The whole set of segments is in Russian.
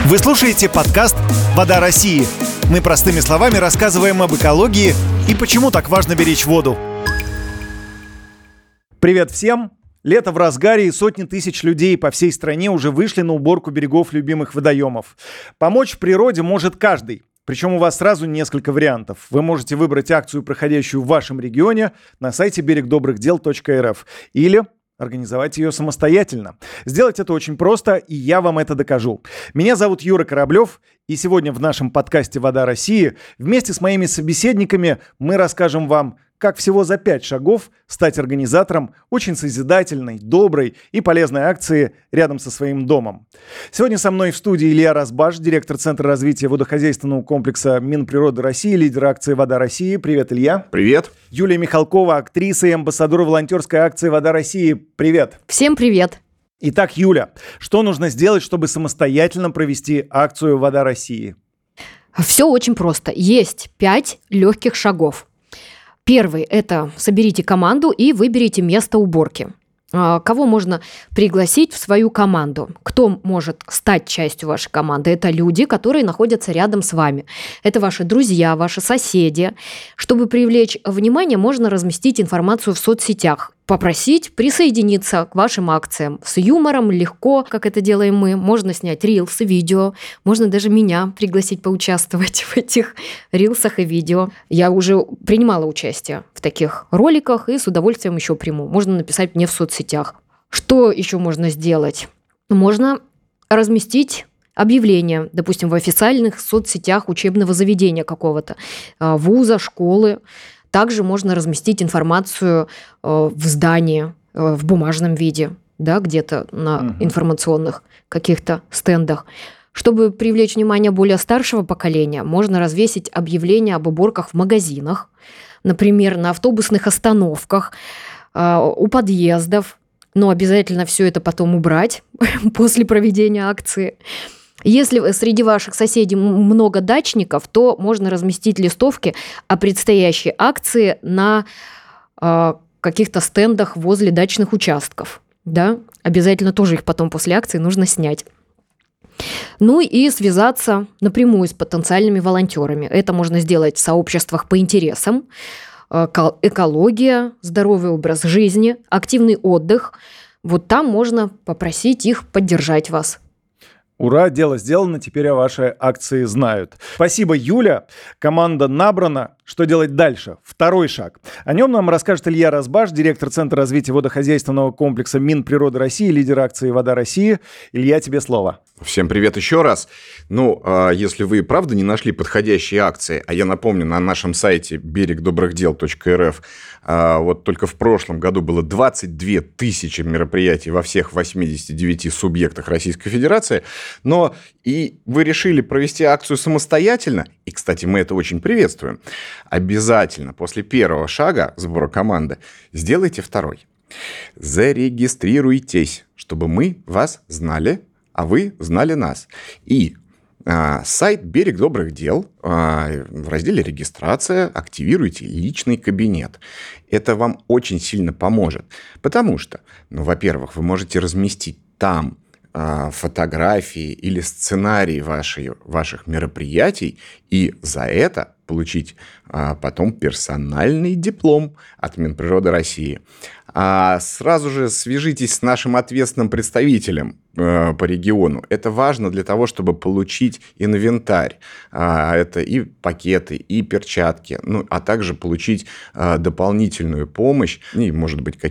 Вы слушаете подкаст «Вода России». Мы простыми словами рассказываем об экологии и почему так важно беречь воду. Привет всем! Лето в разгаре, и сотни тысяч людей по всей стране уже вышли на уборку берегов любимых водоемов. Помочь природе может каждый. Причем у вас сразу несколько вариантов. Вы можете выбрать акцию, проходящую в вашем регионе, на сайте берегдобрыхдел.рф или организовать ее самостоятельно. Сделать это очень просто, и я вам это докажу. Меня зовут Юра Кораблев, и сегодня в нашем подкасте «Вода России» вместе с моими собеседниками мы расскажем вам, как всего за 5 шагов стать организатором очень созидательной, доброй и полезной акции рядом со своим домом. Сегодня со мной в студии Илья Разбаш, директор Центра развития водохозяйственного комплекса Минприроды России, лидер акции «Вода России». Привет, Илья. Привет. Юлия Михалкова, актриса и амбассадор волонтерской акции «Вода России». Привет. Всем привет. Итак, Юля, что нужно сделать, чтобы самостоятельно провести акцию «Вода России»? Все очень просто. Есть 5 легких шагов. Первый – это соберите команду и выберите место уборки. Кого можно пригласить в свою команду? Кто может стать частью вашей команды? Это люди, которые находятся рядом с вами. Это ваши друзья, ваши соседи. Чтобы привлечь внимание, можно разместить информацию в соцсетях. Попросить присоединиться к вашим акциям. С юмором, легко, как это делаем мы. Можно снять рилсы, видео. Можно даже меня пригласить поучаствовать в этих рилсах и видео. Я уже принимала участие в таких роликах и с удовольствием еще приму. Можно написать мне в соцсетях. Что еще можно сделать? Можно разместить объявление, допустим, в официальных соцсетях учебного заведения какого-то, вуза, школы. Также можно разместить информацию в здании, в бумажном виде, да, где-то на информационных каких-то стендах. Чтобы привлечь внимание более старшего поколения, можно развесить объявления об уборках в магазинах, например, на автобусных остановках, у подъездов. Но обязательно все это потом убрать после проведения акции. Если среди ваших соседей много дачников, то можно разместить листовки о предстоящей акции на каких-то стендах возле дачных участков. Да? Обязательно тоже их потом после акции нужно снять. Ну и связаться напрямую с потенциальными волонтерами. Это можно сделать в сообществах по интересам. Экология, здоровый образ жизни, активный отдых. Вот там можно попросить их поддержать вас. Ура, дело сделано, теперь о вашей акции знают. Спасибо, Юля. Команда набрана. Что делать дальше? Второй шаг. О нем нам расскажет Илья Разбаш, директор Центра развития водохозяйственного комплекса Минприроды России, лидер акции «Вода России». Илья, тебе слово. Всем привет еще раз. Если вы правда не нашли подходящие акции, а я напомню, на нашем сайте берегдобрыхдел.рф вот только в прошлом году было 22 тысячи мероприятий во всех 89 субъектах Российской Федерации, но и вы решили провести акцию самостоятельно, и, кстати, мы это очень приветствуем, обязательно после первого шага сбора команды сделайте второй. Зарегистрируйтесь, чтобы мы вас знали, а вы знали нас. И сайт «Берег добрых дел» в разделе «Регистрация» активируйте личный кабинет. Это вам очень сильно поможет. Потому что, во-первых, вы можете разместить там фотографии или сценарии ваших мероприятий и за это получить потом персональный диплом от Минприроды России. Сразу же свяжитесь с нашим ответственным представителем по региону. Это важно для того, чтобы получить инвентарь. Это и пакеты, и перчатки, а также получить дополнительную помощь и, может быть,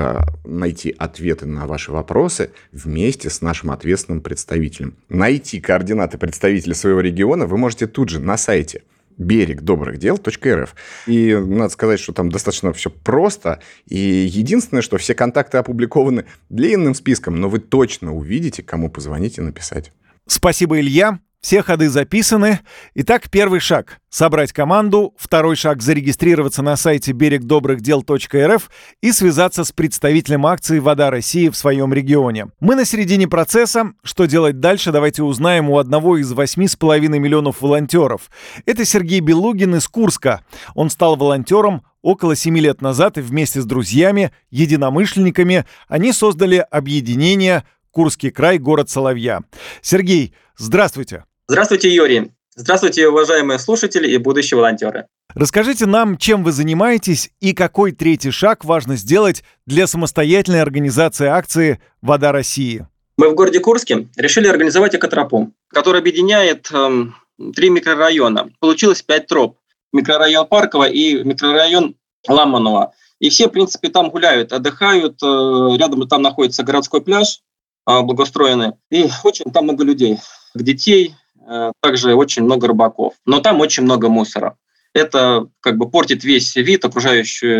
найти ответы на ваши вопросы вместе с нашим ответственным представителем. Найти координаты представителя своего региона вы можете тут же на сайте берегдобрыхдел.рф. И надо сказать, что там достаточно все просто. И единственное, что все контакты опубликованы длинным списком, но вы точно увидите, кому позвонить и написать. Спасибо, Илья. Все ходы записаны. Итак, первый шаг – собрать команду. Второй шаг – зарегистрироваться на сайте берегдобрыхдел.рф и связаться с представителем акции «Вода России» в своем регионе. Мы на середине процесса. Что делать дальше, давайте узнаем у одного из 8,5 миллионов волонтеров. Это Сергей Белугин из Курска. Он стал волонтером около 7 лет назад и вместе с друзьями, единомышленниками, они создали объединение Курский край, город Соловья. Сергей, здравствуйте. Здравствуйте, Юрий. Здравствуйте, уважаемые слушатели и будущие волонтеры. Расскажите нам, чем вы занимаетесь и какой третий шаг важно сделать для самостоятельной организации акции «Вода России». Мы в городе Курске решили организовать экотропу, которая объединяет 3 микрорайона. Получилось 5 троп. Микрорайон Парково и микрорайон Ламаново. И все, в принципе, там гуляют, отдыхают. Рядом там находится городской пляж благоустроенный. И очень там много людей. Детей, также очень много рыбаков. Но там очень много мусора. Это как бы портит весь вид, окружающую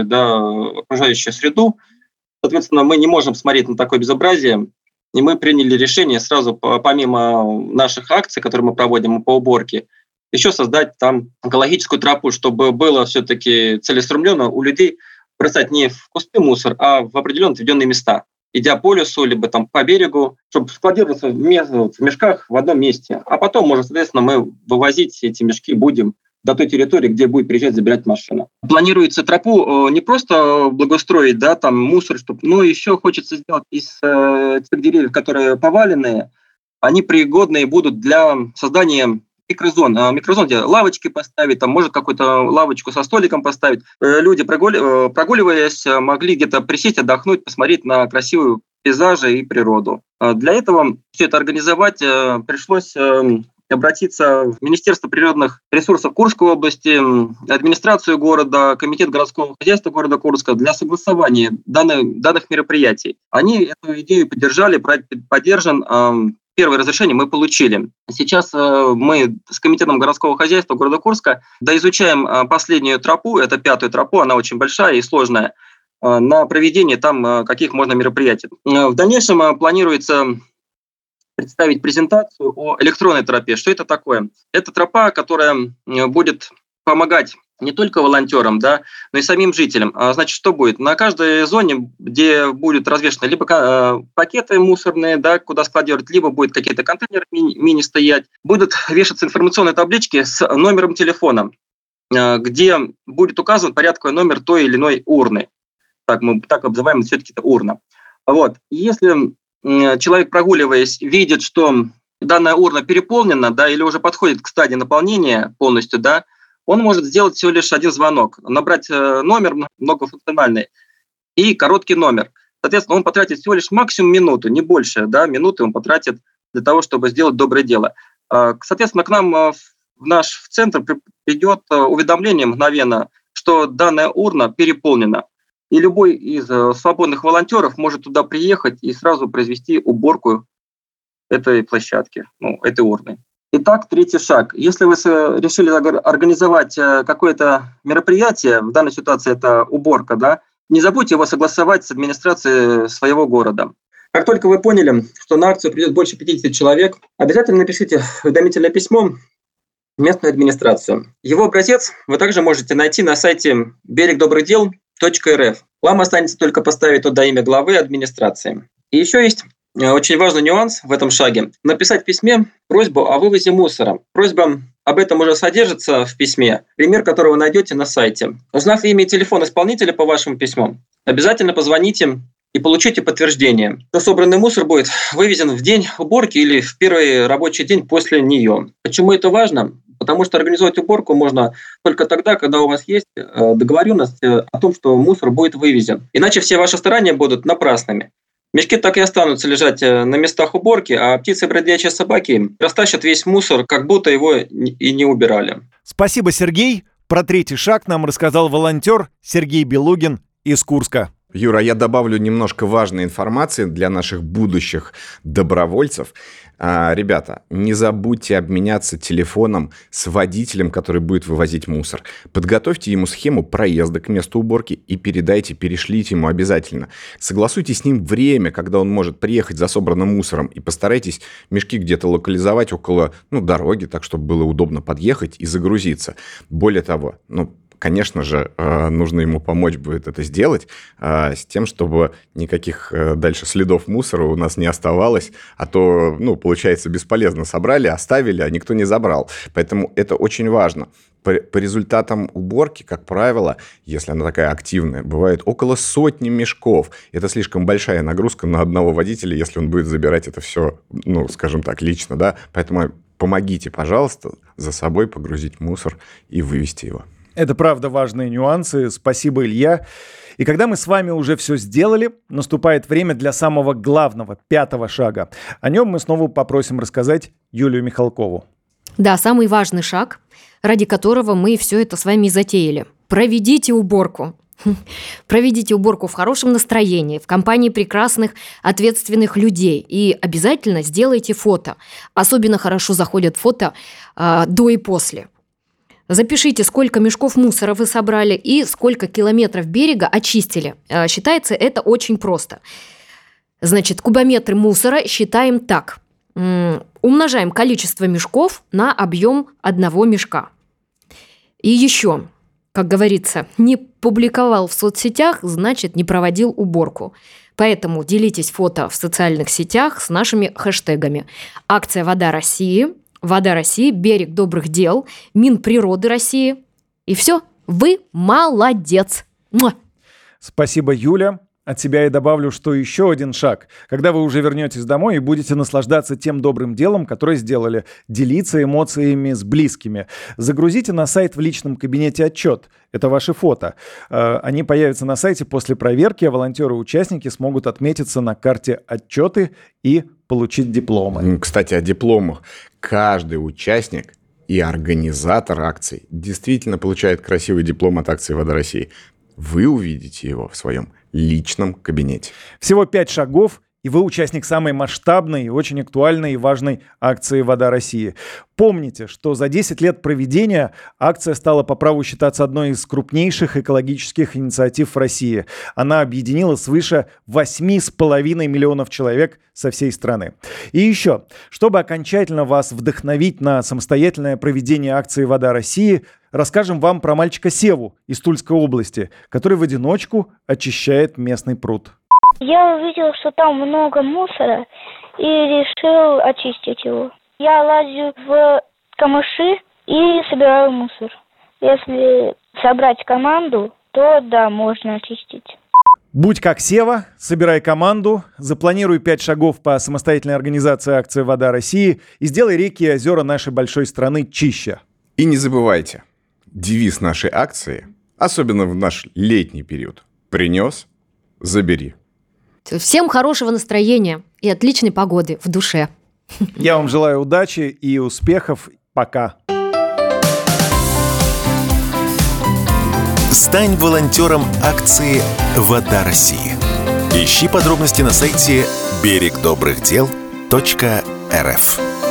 среду. Соответственно, мы не можем смотреть на такое безобразие. И мы приняли решение сразу, помимо наших акций, которые мы проводим по уборке, еще создать там экологическую тропу, чтобы было все-таки целеустремленно у людей бросать не в кусты мусор, а в определенно отведенные места, идя по лесу, либо там по берегу, чтобы складироваться в мешках в одном месте. А потом, может, соответственно, мы вывозить эти мешки будем до той территории, где будет приезжать забирать машина. Планируется тропу не просто благоустроить, да, там мусор, но еще хочется сделать из тех деревьев, которые поваленные, они пригодные будут для создания микрозон. Микрозон, где лавочки поставить, там может какую-то лавочку со столиком поставить. Люди, прогуливаясь, могли где-то присесть, отдохнуть, посмотреть на красивые пейзажи и природу. Для этого все это организовать пришлось обратиться в Министерство природных ресурсов Курской области, администрацию города, комитет городского хозяйства города Курска для согласования данных мероприятий. Они эту идею поддержали, проект поддержан. Первое разрешение мы получили. Сейчас мы с комитетом городского хозяйства города Курска доизучаем последнюю тропу, это 5-ю тропу, она очень большая и сложная, на проведение там каких можно мероприятий. В дальнейшем планируется представить презентацию о электронной тропе. Что это такое? Это тропа, которая будет помогать не только волонтерам, да, но и самим жителям. Значит, что будет? На каждой зоне, где будут развешаны либо пакеты мусорные, да, куда складировать, либо будут какие-то контейнеры мини стоять, будут вешаться информационные таблички с номером телефона, где будет указан порядковый номер той или иной урны. Так мы так обзываем, все-таки это урна. Вот. Если человек, прогуливаясь, видит, что данная урна переполнена, да, или уже подходит к стадии наполнения полностью, да, он может сделать всего лишь один звонок, набрать номер многофункциональный и короткий номер. Соответственно, он потратит всего лишь максимум минуту, не больше, да, минуты он потратит для того, чтобы сделать доброе дело. Соответственно, к нам в наш центр придет уведомление мгновенно, что данная урна переполнена. И любой из свободных волонтеров может туда приехать и сразу произвести уборку этой площадки, этой урны. Итак, третий шаг. Если вы решили организовать какое-то мероприятие, в данной ситуации это уборка, да, не забудьте его согласовать с администрацией своего города. Как только вы поняли, что на акцию придет больше 50 человек, обязательно напишите уведомительное письмо в местную администрацию. Его образец вы также можете найти на сайте берегдобрыхдел.рф. Вам останется только поставить туда имя главы администрации. И еще есть очень важный нюанс в этом шаге. Написать в письме просьбу о вывозе мусора. Просьба об этом уже содержится в письме, пример которого вы найдете на сайте. Узнав имя и телефон исполнителя по вашему письму, обязательно позвоните и получите подтверждение, что собранный мусор будет вывезен в день уборки или в первый рабочий день после нее. Почему это важно? Потому что организовать уборку можно только тогда, когда у вас есть договоренность о том, что мусор будет вывезен. Иначе все ваши старания будут напрасными. Мешки так и останутся лежать на местах уборки, а птицы и бродячие собаки растащат весь мусор, как будто его и не убирали. Спасибо, Сергей. Про третий шаг нам рассказал волонтер Сергей Белугин из Курска. Юра, я добавлю немножко важной информации для наших будущих добровольцев. Ребята, не забудьте обменяться телефоном с водителем, который будет вывозить мусор. Подготовьте ему схему проезда к месту уборки и перешлите ему обязательно. Согласуйте с ним время, когда он может приехать за собранным мусором, и постарайтесь мешки где-то локализовать около дороги, так, чтобы было удобно подъехать и загрузиться. Более того, конечно же, нужно ему помочь будет это сделать с тем, чтобы никаких дальше следов мусора у нас не оставалось, а то, получается, бесполезно собрали, оставили, а никто не забрал. Поэтому это очень важно. По результатам уборки, как правило, если она такая активная, бывает около 100 мешков. Это слишком большая нагрузка на одного водителя, если он будет забирать это все, скажем так, лично, да. Поэтому помогите, пожалуйста, за собой погрузить мусор и вывести его. Это правда важные нюансы. Спасибо, Илья. И когда мы с вами уже все сделали, наступает время для самого главного, 5-го шага. О нем мы снова попросим рассказать Юлию Михалкову. Да, самый важный шаг, ради которого мы все это с вами и затеяли. Проведите уборку. Проведите уборку в хорошем настроении, в компании прекрасных, ответственных людей. И обязательно сделайте фото. Особенно хорошо заходят фото до и после. Запишите, сколько мешков мусора вы собрали и сколько километров берега очистили. Считается это очень просто. Значит, кубометры мусора считаем так. Умножаем количество мешков на объем одного мешка. И еще, как говорится, не публиковал в соцсетях, значит, не проводил уборку. Поэтому делитесь фото в социальных сетях с нашими хэштегами. Акция «Вода России», «Вода России», «Берег добрых дел», Минприроды России. И все, вы молодец. Муа! Спасибо, Юля. От себя я добавлю, что еще один шаг. Когда вы уже вернетесь домой и будете наслаждаться тем добрым делом, которое сделали, делиться эмоциями с близкими. Загрузите на сайт в личном кабинете отчет. Это ваши фото. Они появятся на сайте после проверки, а волонтеры-участники смогут отметиться на карте «Отчеты» и получить дипломы. Кстати, о дипломах. Каждый участник и организатор акций действительно получает красивый диплом от акции «Вода России». Вы увидите его в своем личном кабинете. Всего 5 шагов, и вы участник самой масштабной, очень актуальной и важной акции «Вода России». Помните, что за 10 лет проведения акция стала по праву считаться одной из крупнейших экологических инициатив в России. Она объединила свыше 8,5 миллионов человек со всей страны. И еще, чтобы окончательно вас вдохновить на самостоятельное проведение акции «Вода России», расскажем вам про мальчика Севу из Тульской области, который в одиночку очищает местный пруд. Я увидел, что там много мусора, и решил очистить его. Я лазю в камыши и собираю мусор. Если собрать команду, то да, можно очистить. Будь как Сева, собирай команду, запланируй 5 шагов по самостоятельной организации акции «Вода России» и сделай реки и озера нашей большой страны чище. И не забывайте, девиз нашей акции, особенно в наш летний период, «Принес, забери». Всем хорошего настроения и отличной погоды в душе. Я вам желаю удачи и успехов. Пока. Стань волонтером акции «Вода России». Ищи подробности на сайте берегдобрыхдел.рф.